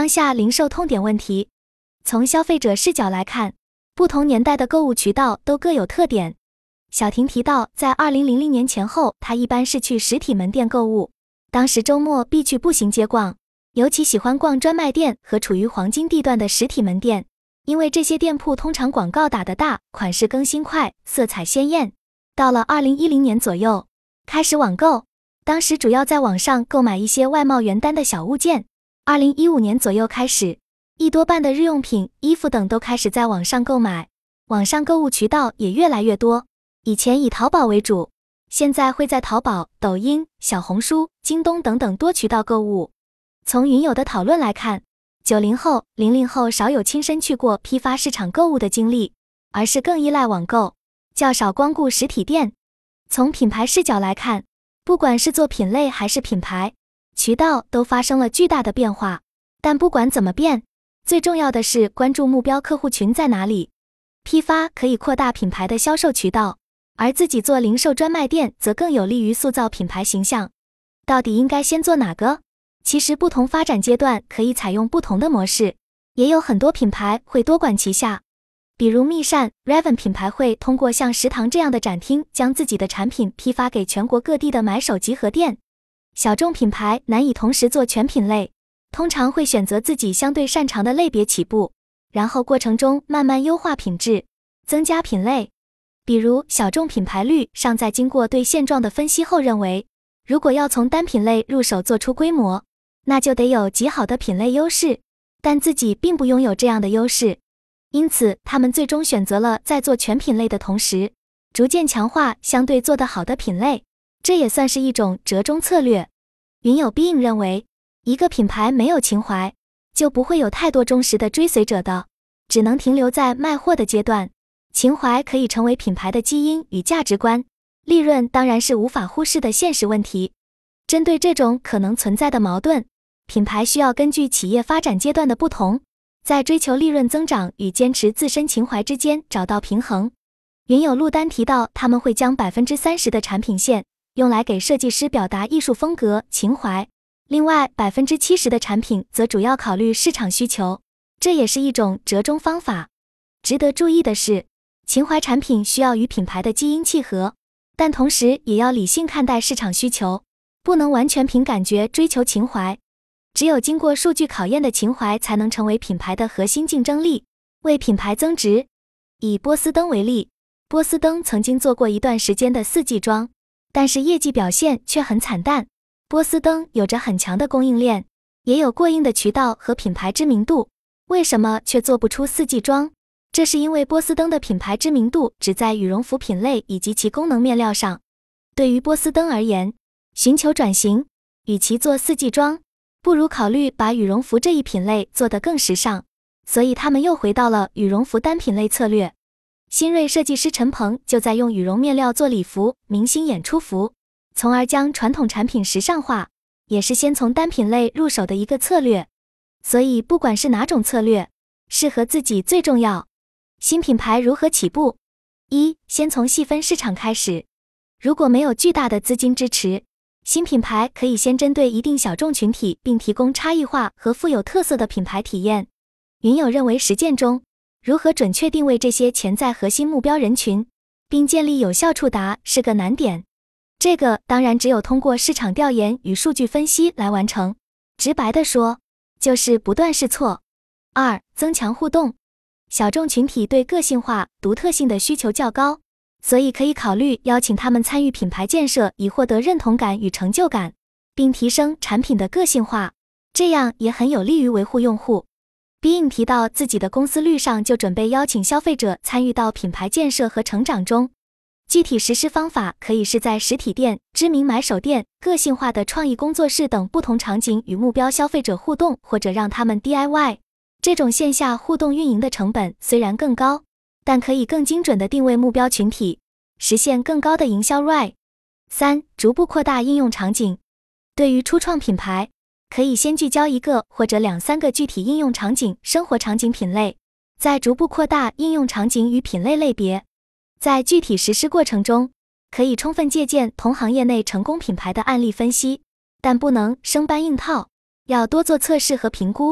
当下零售痛点问题。从消费者视角来看，不同年代的购物渠道都各有特点。小婷提到，在2000年前后，她一般是去实体门店购物，当时周末必去步行街逛，尤其喜欢逛专卖店和处于黄金地段的实体门店，因为这些店铺通常广告打得大，款式更新快，色彩鲜艳。到了2010年左右，开始网购，当时主要在网上购买一些外贸原单的小物件。2015年左右开始，一多半的日用品、衣服等都开始在网上购买，网上购物渠道也越来越多。以前以淘宝为主，现在会在淘宝、抖音、小红书、京东等等多渠道购物。从云友的讨论来看，90后、00后少有亲身去过批发市场购物的经历，而是更依赖网购，较少光顾实体店。从品牌视角来看，不管是做品类还是品牌，渠道都发生了巨大的变化。但不管怎么变，最重要的是关注目标客户群在哪里。批发可以扩大品牌的销售渠道，而自己做零售专卖店则更有利于塑造品牌形象。到底应该先做哪个？其实不同发展阶段可以采用不同的模式，也有很多品牌会多管齐下。比如密膳、Raven 品牌会通过像食堂这样的展厅，将自己的产品批发给全国各地的买手集合店。小众品牌难以同时做全品类，通常会选择自己相对擅长的类别起步，然后过程中慢慢优化品质，增加品类。比如小众品牌绿尚在经过对现状的分析后认为，如果要从单品类入手做出规模，那就得有极好的品类优势，但自己并不拥有这样的优势，因此他们最终选择了在做全品类的同时，逐渐强化相对做得好的品类，这也算是一种折中策略。云友 Being 认为，一个品牌没有情怀，就不会有太多忠实的追随者的，只能停留在卖货的阶段。情怀可以成为品牌的基因与价值观，利润当然是无法忽视的现实问题。针对这种可能存在的矛盾，品牌需要根据企业发展阶段的不同，在追求利润增长与坚持自身情怀之间找到平衡。云友陆丹提到，他们会将 30% 的产品线用来给设计师表达艺术风格、情怀，另外 70% 的产品则主要考虑市场需求，这也是一种折中方法。值得注意的是，情怀产品需要与品牌的基因契合，但同时也要理性看待市场需求，不能完全凭感觉追求情怀。只有经过数据考验的情怀才能成为品牌的核心竞争力，为品牌增值。以波司登为例，波司登曾经做过一段时间的四季装，但是业绩表现却很惨淡。波司登有着很强的供应链，也有过硬的渠道和品牌知名度，为什么却做不出四季装？这是因为波司登的品牌知名度只在羽绒服品类以及其功能面料上。对于波司登而言，寻求转型，与其做四季装，不如考虑把羽绒服这一品类做得更时尚，所以他们又回到了羽绒服单品类策略。新锐设计师陈鹏就在用羽绒面料做礼服、明星演出服，从而将传统产品时尚化，也是先从单品类入手的一个策略。所以不管是哪种策略，适合自己最重要。新品牌如何起步？一、先从细分市场开始。如果没有巨大的资金支持，新品牌可以先针对一定小众群体，并提供差异化和富有特色的品牌体验。云友认为，实践中如何准确定位这些潜在核心目标人群，并建立有效触达是个难点。这个当然只有通过市场调研与数据分析来完成。直白地说，就是不断试错。二、增强互动。小众群体对个性化、独特性的需求较高，所以可以考虑邀请他们参与品牌建设，以获得认同感与成就感，并提升产品的个性化，这样也很有利于维护用户。Being 提到自己的公司绿上就准备邀请消费者参与到品牌建设和成长中，具体实施方法可以是在实体店、知名买手店、个性化的创意工作室等不同场景与目标消费者互动，或者让他们 DIY。这种线下互动运营的成本虽然更高，但可以更精准地定位目标群体，实现更高的营销 ROI。三、逐步扩大应用场景。对于初创品牌，可以先聚焦一个或者2-3个具体应用场景、生活场景品类，再逐步扩大应用场景与品类类别。在具体实施过程中，可以充分借鉴同行业内成功品牌的案例分析，但不能生搬硬套，要多做测试和评估，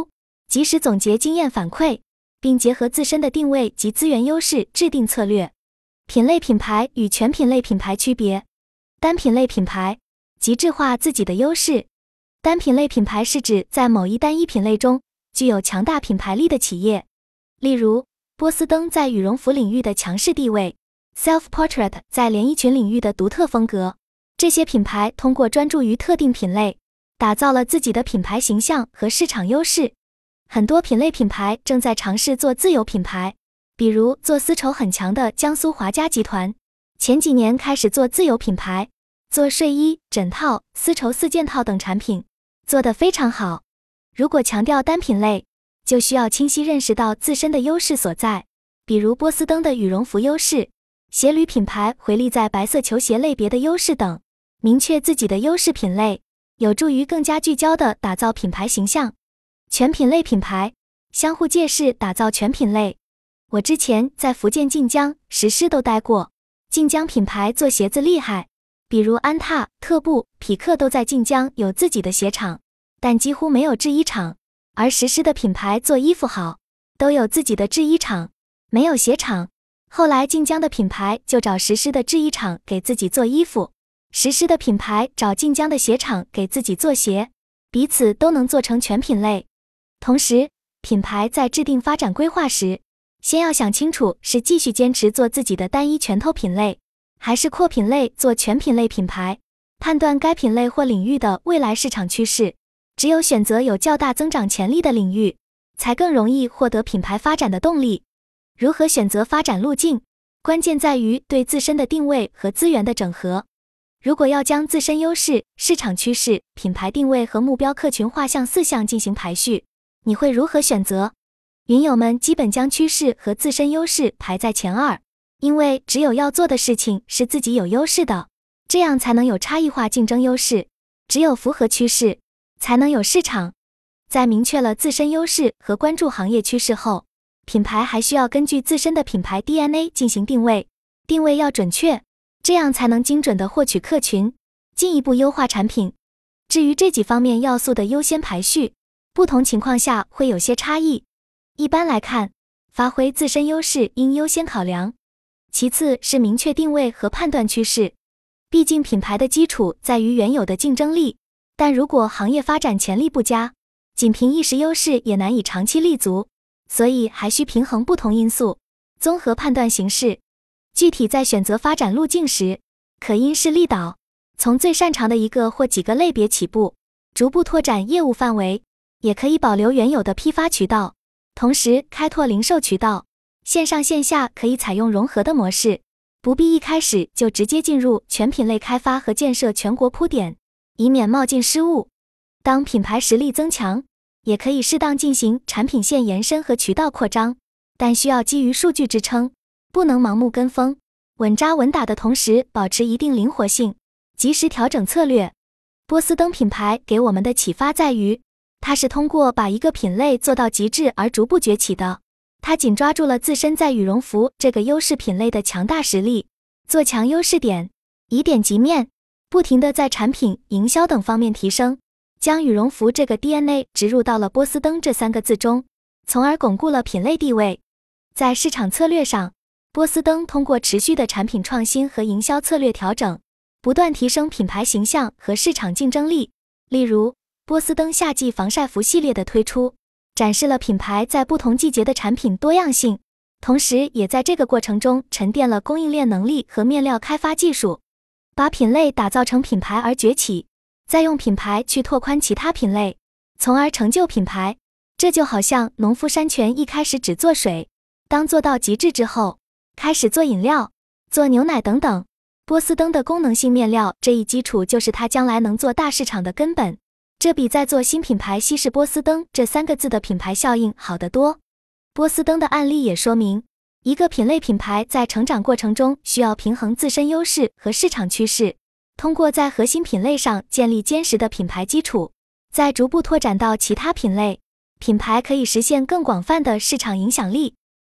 及时总结经验反馈，并结合自身的定位及资源优势制定策略。品类品牌与全品类品牌区别。单品类品牌，极致化自己的优势。单品类品牌是指在某一单一品类中具有强大品牌力的企业，例如波司登在羽绒服领域的强势地位， Self-Portrait 在连衣裙领域的独特风格。这些品牌通过专注于特定品类，打造了自己的品牌形象和市场优势。很多品类品牌正在尝试做自有品牌，比如做丝绸很强的江苏华家集团，前几年开始做自有品牌，做睡衣、枕套、丝绸4件套等产品，做得非常好。如果强调单品类，就需要清晰认识到自身的优势所在，比如波司登的羽绒服优势，鞋履品牌回力在白色球鞋类别的优势等。明确自己的优势品类，有助于更加聚焦地打造品牌形象。全品类品牌，相互借势打造全品类。我之前在福建晋江、石狮都待过，晋江品牌做鞋子厉害，比如安踏、特步、匹克都在晋江有自己的鞋厂，但几乎没有制衣厂。而石狮的品牌做衣服好，都有自己的制衣厂，没有鞋厂。后来晋江的品牌就找石狮的制衣厂给自己做衣服，石狮的品牌找晋江的鞋厂给自己做鞋，彼此都能做成全品类。同时，品牌在制定发展规划时，先要想清楚是继续坚持做自己的单一拳头品类，还是扩品类做全品类品牌，判断该品类或领域的未来市场趋势。只有选择有较大增长潜力的领域，才更容易获得品牌发展的动力。如何选择发展路径？关键在于对自身的定位和资源的整合。如果要将自身优势、市场趋势、品牌定位和目标客群画像4项进行排序，你会如何选择？云友们基本将趋势和自身优势排在前2，因为只有要做的事情是自己有优势的，这样才能有差异化竞争优势。只有符合趋势，才能有市场。在明确了自身优势和关注行业趋势后，品牌还需要根据自身的品牌 DNA 进行定位，定位要准确，这样才能精准地获取客群，进一步优化产品。至于这几方面要素的优先排序，不同情况下会有些差异。一般来看，发挥自身优势应优先考量，其次是明确定位和判断趋势。毕竟品牌的基础在于原有的竞争力，但如果行业发展潜力不佳，仅凭一时优势也难以长期立足，所以还需平衡不同因素，综合判断形势。具体在选择发展路径时，可因势利导，从最擅长的一个或几个类别起步，逐步拓展业务范围，也可以保留原有的批发渠道，同时开拓零售渠道，线上线下可以采用融合的模式，不必一开始就直接进入全品类开发和建设全国铺点，以免冒进失误。当品牌实力增强，也可以适当进行产品线延伸和渠道扩张，但需要基于数据支撑，不能盲目跟风，稳扎稳打的同时保持一定灵活性，及时调整策略。波司登品牌给我们的启发在于，它是通过把一个品类做到极致而逐步崛起的。它紧抓住了自身在羽绒服这个优势品类的强大实力，做强优势点，以点及面，不停地在产品、营销等方面提升，将羽绒服这个 DNA 植入到了波司登这3个字中，从而巩固了品类地位。在市场策略上，波司登通过持续的产品创新和营销策略调整，不断提升品牌形象和市场竞争力。例如，波司登夏季防晒服系列的推出，展示了品牌在不同季节的产品多样性，同时也在这个过程中沉淀了供应链能力和面料开发技术，把品类打造成品牌而崛起，再用品牌去拓宽其他品类，从而成就品牌。这就好像农夫山泉一开始只做水，当做到极致之后，开始做饮料、做牛奶等等。波司登的功能性面料这一基础就是它将来能做大市场的根本，这比在做新品牌稀释波司登这3个字的品牌效应好得多。波司登的案例也说明，一个品类品牌在成长过程中需要平衡自身优势和市场趋势，通过在核心品类上建立坚实的品牌基础，再逐步拓展到其他品类，品牌可以实现更广泛的市场影响力。